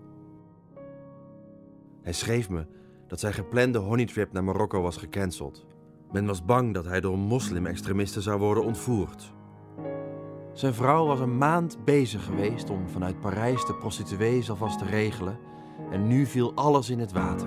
Hij schreef me dat zijn geplande honeytrip naar Marokko was gecanceld. Men was bang dat hij door moslim-extremisten zou worden ontvoerd. Zijn vrouw was een maand bezig geweest om vanuit Parijs de prostituees alvast te regelen en nu viel alles in het water.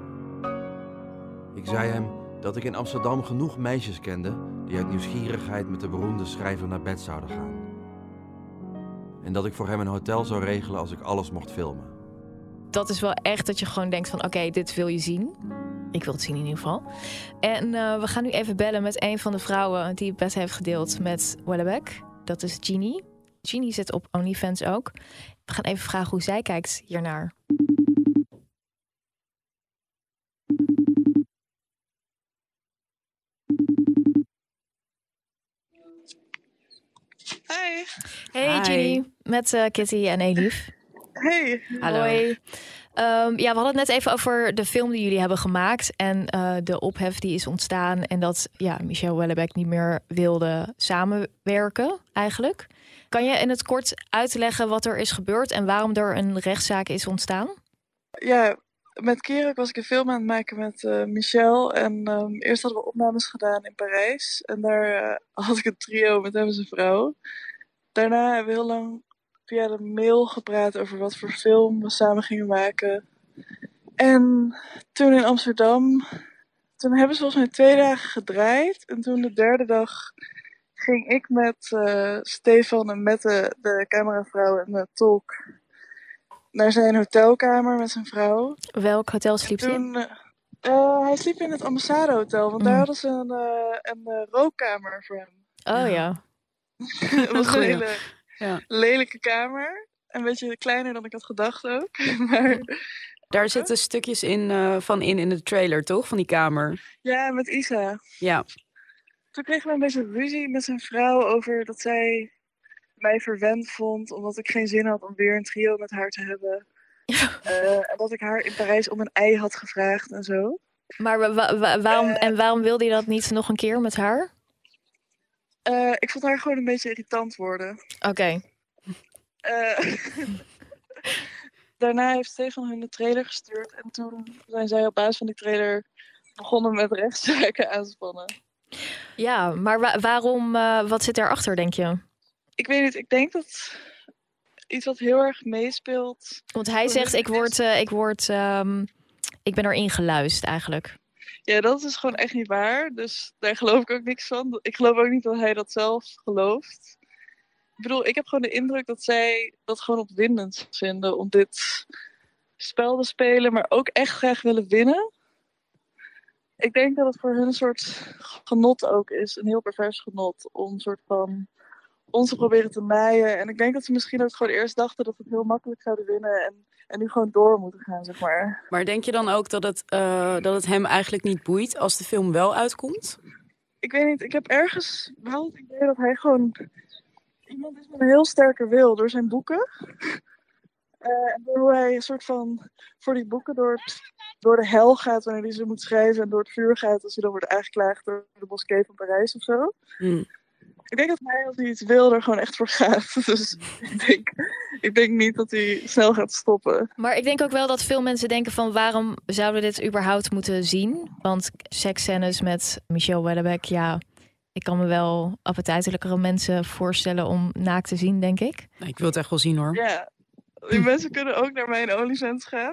Ik zei hem dat ik in Amsterdam genoeg meisjes kende die uit nieuwsgierigheid met de beroemde schrijver naar bed zouden gaan. En dat ik voor hem een hotel zou regelen als ik alles mocht filmen. Dat is wel echt dat je gewoon denkt van oké, dit wil je zien. Ik wil het zien in ieder geval. En we gaan nu even bellen met een van de vrouwen die het bed heeft gedeeld met Houellebecq. Dat is Jeannie. Jeannie zit op OnlyFans ook. We gaan even vragen hoe zij kijkt hiernaar. Hey. Hey Hi. Jeannie, met Kitty en Elif. Hey. Hallo. Hoi. We hadden het net even over de film die jullie hebben gemaakt en de ophef die is ontstaan en dat Michel Houellebecq niet meer wilde samenwerken eigenlijk. Kan je in het kort uitleggen wat er is gebeurd en waarom er een rechtszaak is ontstaan? Ja, met Kierak was ik een film aan het maken met Michel. En eerst hadden we opnames gedaan in Parijs. En daar had ik een trio met hem en zijn vrouw. Daarna hebben we heel lang via de mail gepraat over wat voor film we samen gingen maken. En toen in Amsterdam, toen hebben ze volgens mij 2 dagen gedraaid. En toen de 3e dag ging ik met Stefan en Mette, de cameravrouw en de tolk, naar zijn hotelkamer met zijn vrouw. Welk hotel sliep hij? Toen, hij sliep in het Ambassadehotel, want daar hadden ze een rookkamer voor hem. Oh ja. Het was een Goeie. hele lelijke kamer. Een beetje kleiner dan ik had gedacht ook. Maar Daar zitten stukjes in de trailer, toch? Van die kamer. ja, met Isa. Ja. Toen kregen we een beetje ruzie met zijn vrouw over dat zij mij verwend vond, omdat ik geen zin had om weer een trio met haar te hebben. En dat ik haar in Parijs om een ei had gevraagd en zo. Maar waarom wilde je dat niet nog een keer met haar? Ik vond haar gewoon een beetje irritant worden. Oké. Daarna heeft Stefan hun de trailer gestuurd. En toen zijn zij op basis van die trailer begonnen met rechtszaken aanspannen. Ja, maar waarom? Wat zit daarachter, denk je? Ik weet niet, ik denk dat iets wat heel erg meespeelt. Want hij zegt, ik ben erin geluisterd eigenlijk. Ja, dat is gewoon echt niet waar. Dus daar geloof ik ook niks van. Ik geloof ook niet dat hij dat zelf gelooft. Ik bedoel, ik heb gewoon de indruk dat zij dat gewoon opwindend vinden om dit spel te spelen, maar ook echt graag willen winnen. Ik denk dat het voor hun een soort genot ook is, een heel pervers genot, om een soort van ons te proberen te naaien. En ik denk dat ze misschien ook gewoon eerst dachten dat we het heel makkelijk zouden winnen en nu gewoon door moeten gaan, zeg maar. Maar denk je dan ook dat het hem eigenlijk niet boeit als de film wel uitkomt? Ik weet niet, ik heb ergens wel het idee dat hij gewoon iemand is met een heel sterke wil door zijn boeken. En door hoe hij een soort van voor die boeken door de hel gaat wanneer hij ze moet schrijven en door het vuur gaat als hij dan wordt aangeklaagd door de moskee van Parijs of zo. Ik denk dat hij, als hij iets wil, er gewoon echt voor gaat. Dus ik denk niet dat hij snel gaat stoppen. Maar ik denk ook wel dat veel mensen denken van waarom zouden we dit überhaupt moeten zien? Want seksscènes met Michel Houellebecq, ja, ik kan me wel appetijtelijkere mensen voorstellen om naakt te zien, denk ik. Nee, ik wil het echt wel zien, hoor. Ja, die mensen kunnen ook naar mijn OnlyFans gaan.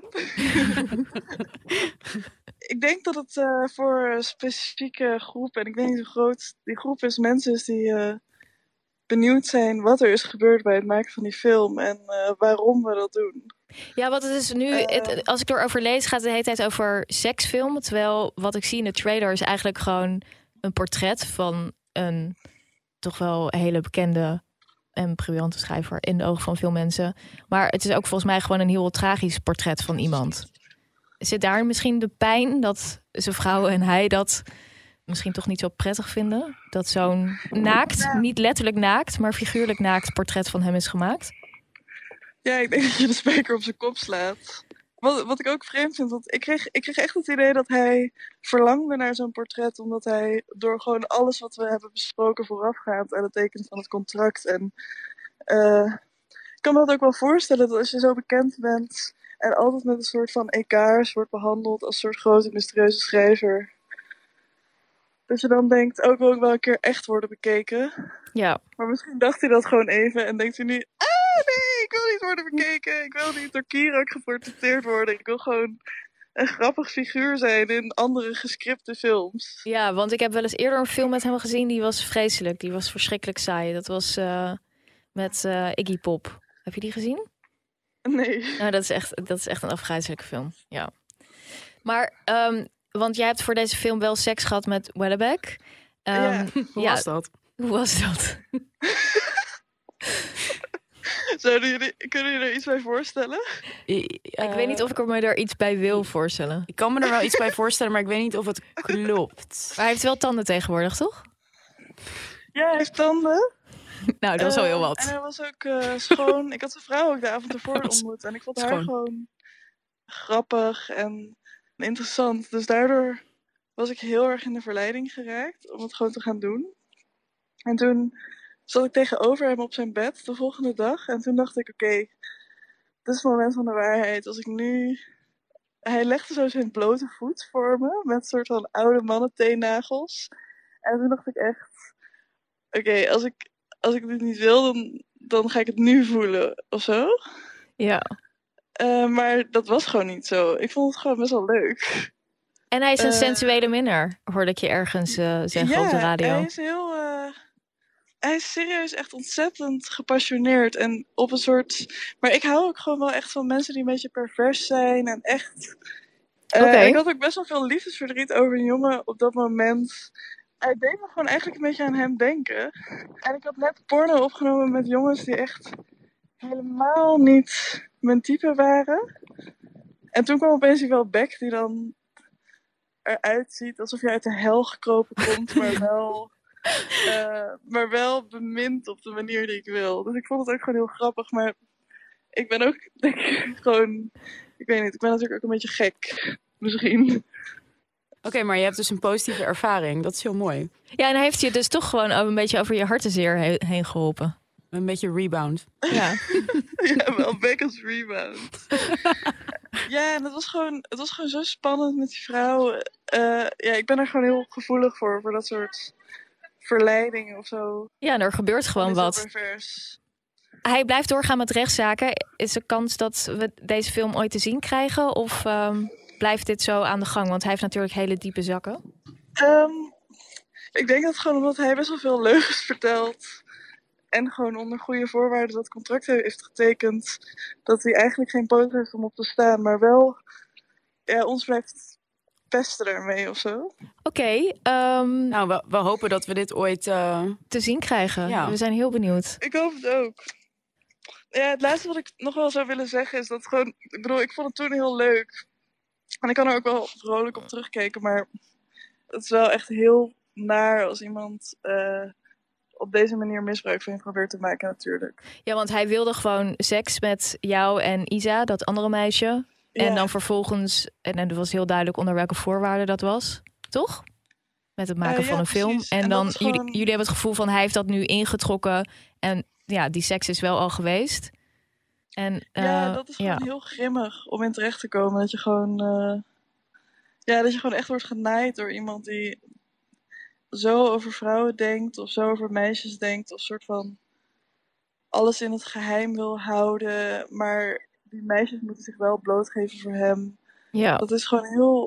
Ik denk dat het voor een specifieke groep, en ik weet niet hoe groot die groep is, mensen is die benieuwd zijn wat er is gebeurd bij het maken van die film en waarom we dat doen. Ja, wat het is nu, als ik erover lees, gaat het de hele tijd over seksfilm. Terwijl wat ik zie in de trailer is eigenlijk gewoon een portret van een toch wel hele bekende en briljante schrijver in de ogen van veel mensen. Maar het is ook volgens mij gewoon een heel tragisch portret van iemand. Zit daar misschien de pijn dat zijn vrouw en hij dat misschien toch niet zo prettig vinden? Dat zo'n naakt, niet letterlijk naakt, maar figuurlijk naakt portret van hem is gemaakt? Ja, ik denk dat je de spijker op zijn kop slaat. Wat ik ook vreemd vind, want ik kreeg echt het idee dat hij verlangde naar zo'n portret, omdat hij door gewoon alles wat we hebben besproken voorafgaand aan het tekenen van het contract. En ik kan me dat ook wel voorstellen, dat als je zo bekend bent en altijd met een soort van egaars wordt behandeld als een soort grote mysterieuze schrijver, dat je dan denkt, ook wil ik wel een keer echt worden bekeken. Ja. Maar misschien dacht hij dat gewoon even en denkt hij nu, nee, ik wil niet worden bekeken. Ik wil niet door Kierak geportretteerd worden. Ik wil gewoon een grappig figuur zijn in andere gescripte films. Ja, want ik heb wel eens eerder een film met hem gezien, die was vreselijk. Die was verschrikkelijk saai. Dat was met Iggy Pop. Heb je die gezien? Nee. Nou, dat is echt een afgrijzelijke film, ja. Maar, want jij hebt voor deze film wel seks gehad met Wellebeck. Ja. Hoe was dat? Hoe was dat? Kunnen jullie er iets bij voorstellen? Ik weet niet of ik me er iets bij wil voorstellen. Ik kan me er wel iets bij voorstellen, maar ik weet niet of het klopt. Maar hij heeft wel tanden tegenwoordig, toch? Ja, hij heeft tanden. Nou, dat is wel heel wat. En hij was ook schoon. Ik had zijn vrouw ook de avond ervoor ontmoet. En ik vond haar gewoon grappig en interessant. Dus daardoor was ik heel erg in de verleiding geraakt om het gewoon te gaan doen. En toen zat ik tegenover hem op zijn bed de volgende dag. En toen dacht ik, oké, dit is het moment van de waarheid. Als ik nu... Hij legde zo zijn blote voet voor me, met een soort van oude mannenteennagels. En toen dacht ik echt, oké, als ik dit niet wil, dan ga ik het nu voelen, of zo. Ja. Maar dat was gewoon niet zo. Ik vond het gewoon best wel leuk. En hij is een sensuele minnaar, hoorde ik je ergens zeggen op de radio. Hij is hij is serieus echt ontzettend gepassioneerd en op een soort... Maar ik hou ook gewoon wel echt van mensen die een beetje pervers zijn en echt... Ik had ook best wel veel liefdesverdriet over een jongen op dat moment. Hij deed me gewoon eigenlijk een beetje aan hem denken. En ik had net porno opgenomen met jongens die echt helemaal niet mijn type waren. En toen kwam opeens die wel Beck die dan eruit ziet alsof je uit de hel gekropen komt, maar wel bemind op de manier die ik wil. Dus ik vond het ook gewoon heel grappig, maar ik ben ook, denk ik, gewoon... Ik weet niet, ik ben natuurlijk ook een beetje gek, misschien. Oké, maar je hebt dus een positieve ervaring. Dat is heel mooi. Ja, en hij heeft je dus toch gewoon een beetje over je hartenzeer heen geholpen. Een beetje rebound. Ja, Ja, wel Beck als rebound. Ja, en het was gewoon zo spannend met die vrouw. Ja, ik ben er gewoon heel gevoelig voor dat soort verleidingen of zo. ja, en er gebeurt gewoon wat. Pervers. Hij blijft doorgaan met rechtszaken. Is er kans dat we deze film ooit te zien krijgen? Of blijft dit zo aan de gang? Want hij heeft natuurlijk hele diepe zakken. Ik denk dat gewoon omdat hij best wel veel leugens vertelt. En gewoon onder goede voorwaarden dat contract heeft getekend. Dat hij eigenlijk geen poot heeft om op te staan. Maar wel ons blijft pesten daarmee of zo. Oké. Nou, we hopen dat we dit ooit... te zien krijgen. Ja. We zijn heel benieuwd. Ik hoop het ook. Ja, het laatste wat ik nog wel zou willen zeggen is dat gewoon... Ik bedoel, ik vond het toen heel leuk. En ik kan er ook wel vrolijk op terugkijken. Maar het is wel echt heel naar als iemand op deze manier misbruik van je probeert te maken natuurlijk. Ja, want hij wilde gewoon seks met jou en Isa, dat andere meisje. Ja. En dan vervolgens... En het was heel duidelijk onder welke voorwaarden dat was. Toch? Met het maken van een film. Precies. En En dan, dat is gewoon... jullie hebben het gevoel van hij heeft dat nu ingetrokken. En ja, die seks is wel al geweest. En, ja, dat is gewoon heel grimmig om in terecht te komen. Dat je gewoon... dat je gewoon echt wordt genaaid door iemand die zo over vrouwen denkt. Of zo over meisjes denkt. Of soort van alles in het geheim wil houden. Maar die meisjes moeten zich wel blootgeven voor hem. Ja. Dat is gewoon heel...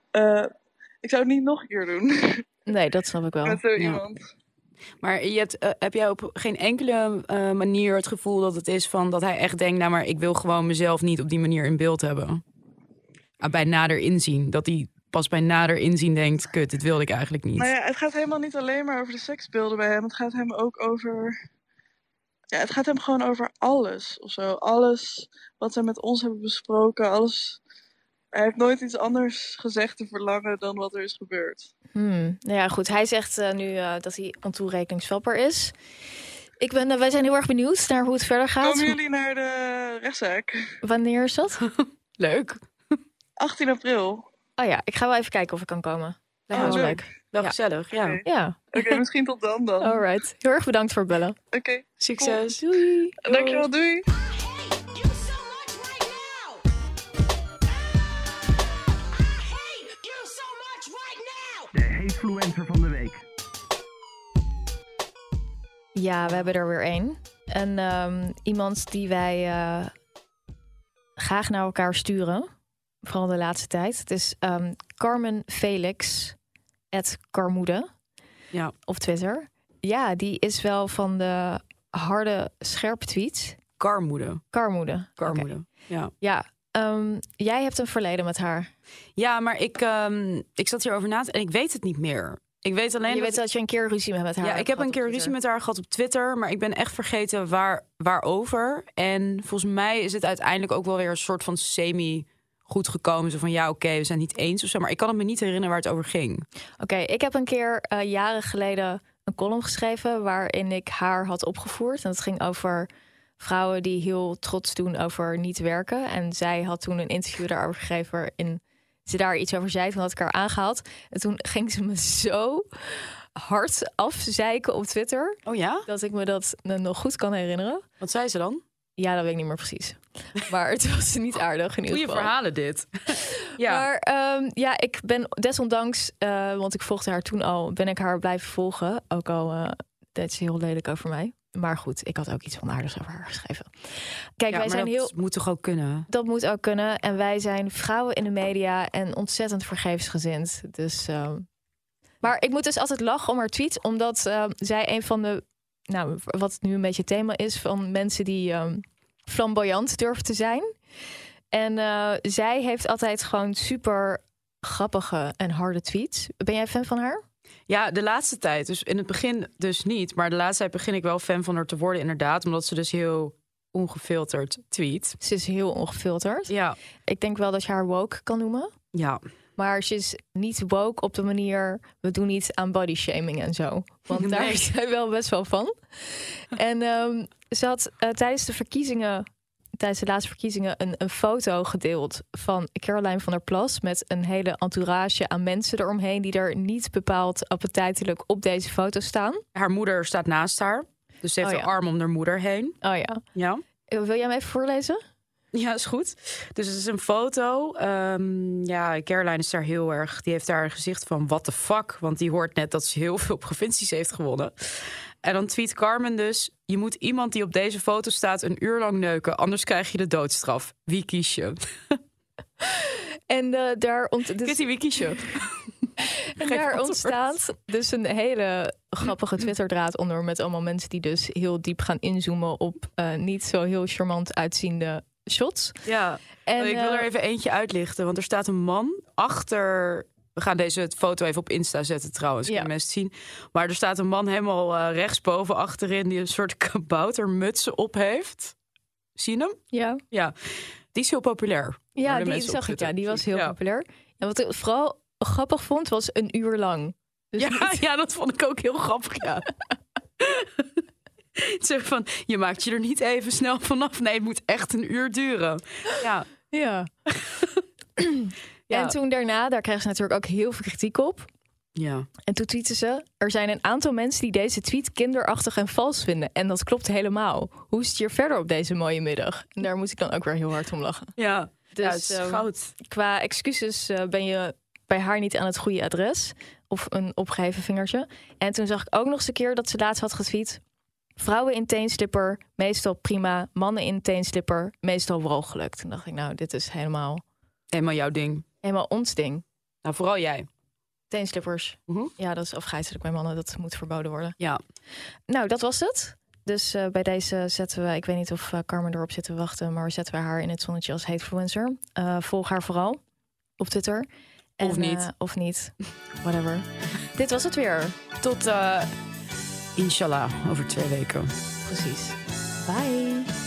ik zou het niet nog een keer doen. Nee, dat snap ik wel. Met zo iemand. Maar heb jij op geen enkele manier het gevoel dat het is van dat hij echt denkt... nou, maar ik wil gewoon mezelf niet op die manier in beeld hebben? Bij nader inzien. Dat hij pas bij nader inzien denkt... kut, dit wilde ik eigenlijk niet. Nou ja, het gaat helemaal niet alleen maar over de seksbeelden bij hem. Het gaat hem ook over Ja, het gaat hem gewoon over alles of zo. Alles wat ze met ons hebben besproken. Alles. Hij heeft nooit iets anders gezegd te verlangen dan wat er is gebeurd. Nou ja, goed. Hij zegt nu dat hij ontoerekeningsvatbaar is. Wij zijn heel erg benieuwd naar hoe het verder gaat. Komen jullie naar de rechtszaak? Wanneer is dat? Leuk. 18 april. Oh ja, ik ga wel even kijken of ik kan komen. Lijkt me wel leuk. Wel Ja. gezellig, ja. Oké. Ja, Oké, misschien tot dan. alright. Heel erg bedankt voor het bellen. Oké, Succes. Doei. dankjewel, doei. De Hatefluencer van de week. Ja, we hebben er weer één. En iemand die wij graag naar elkaar sturen. Vooral de laatste tijd. Het is Carmen Felix @Carmoede Ja. op Twitter. Ja, die is wel van de harde, scherpe tweets. Carmoede. Carmoede. Carmoede. Oké. Ja. Ja, jij hebt een verleden met haar. Ja, maar ik zat hierover na en ik weet het niet meer. Ik weet alleen Je weet dat je een keer ruzie met haar Ja, hebt ik heb gehad een keer op ruzie Twitter. met haar gehad op Twitter, maar ik ben echt vergeten waarover. En volgens mij is het uiteindelijk ook wel weer een soort van semi goed gekomen. Zo van ja, oké, we zijn het niet eens of zo. Maar ik kan het me niet herinneren waar het over ging. Oké, ik heb een keer jaren geleden een column geschreven waarin ik haar had opgevoerd. En het ging over vrouwen die heel trots doen over niet werken. En zij had toen een interview daarover gegeven waarin ze daar iets over zei. Toen had ik haar aangehaald. En toen ging ze me zo hard afzeiken op Twitter Oh ja? dat ik me dat nog goed kan herinneren. Wat zei ze dan? Ja, dat weet ik niet meer precies. Maar het was niet aardig in ieder Goeie geval. verhalen dit. Ja. Maar ja, ik ben desondanks, want ik volgde haar toen al, ben ik haar blijven volgen. Ook al deed ze heel lelijk over mij. Maar goed, ik had ook iets onaardigs over haar geschreven. Kijk, Ja, wij maar zijn dat heel. moet toch ook kunnen? Dat moet ook kunnen. En wij zijn vrouwen in de media en ontzettend vergeefsgezind. Dus. Maar ik moet dus altijd lachen om haar tweet, omdat zij een van de. Nou, wat nu een beetje thema is van mensen die flamboyant durven te zijn. En zij heeft altijd gewoon super grappige en harde tweets. Ben jij fan van haar? Ja, de laatste tijd. Dus in het begin dus niet. Maar de laatste tijd begin ik wel fan van haar te worden, inderdaad. Omdat ze dus heel ongefilterd tweet. Ze is heel ongefilterd. Ja. Ik denk wel dat je haar woke kan noemen. Ja. Maar ze is niet woke op de manier, we doen niet aan body shaming en zo. Want daar Nee. is zij wel best wel van. En ze had tijdens de laatste verkiezingen een foto gedeeld van Caroline van der Plas met een hele entourage aan mensen eromheen die er niet bepaald appetijtelijk op deze foto staan. Haar moeder staat naast haar. Dus ze heeft Oh, een ja. arm om haar moeder heen. Oh ja. Ja. Wil jij hem even voorlezen? Ja, is goed. Dus het is een foto. Ja, Caroline is daar heel erg. Die heeft daar een gezicht van what the fuck. Want die hoort net dat ze heel veel provincies heeft gewonnen. En dan tweet Carmen dus: je moet iemand die op deze foto staat een uur lang neuken, anders krijg je de doodstraf. Wie kies je? En dus Kitty, wie kies je? en Geef daar antwoord. ontstaat dus een hele grappige Twitterdraad onder met allemaal mensen die dus heel diep gaan inzoomen op niet zo heel charmant uitziende shots. Ja, En ik wil er even eentje uitlichten. Want er staat een man achter. We gaan deze foto even op Insta zetten trouwens. Ja. Kunnen mensen zien. Maar er staat een man helemaal rechtsboven achterin die een soort kaboutermutsen op heeft. Zie je hem? ja, Ja, die is heel populair. ja Door de die mensen op zag ik. Twitter. Ja, die was heel Ja. populair. En wat ik vooral grappig vond, was een uur lang. Dus Ja, niet- ja, dat vond ik ook heel grappig, ja. Zeg van, je maakt je er niet even snel vanaf. Nee, het moet echt een uur duren. Ja. ja. Ja. En toen daarna, daar kregen ze natuurlijk ook heel veel kritiek op. Ja. En toen tweeten ze: er zijn een aantal mensen die deze tweet kinderachtig en vals vinden. En dat klopt helemaal. Hoe is het hier verder op deze mooie middag? En daar moest ik dan ook weer heel hard om lachen. Ja. Dus Ja, het is goud. qua excuses ben je bij haar niet aan het goede adres. Of een opgeheven vingertje. En toen zag ik ook nog eens een keer dat ze laatst had getweet: vrouwen in teenslipper, meestal prima. Mannen in teenslipper, meestal walgelijk. Toen dacht ik, nou, dit is helemaal Helemaal jouw ding. ons ding. Nou, vooral jij. Teenslippers. Mhm. Ja, dat is afgrijzelijk bij mannen. Dat moet verboden worden. Ja. Nou, dat was het. Dus bij deze zetten we, ik weet niet of Carmen erop zit te wachten, maar zetten we haar in het zonnetje als hatefluencer. Volg haar vooral op Twitter. Of niet. Of niet. Whatever. Dit was het weer. Tot inshallah over 2 weken. Precies. Bye!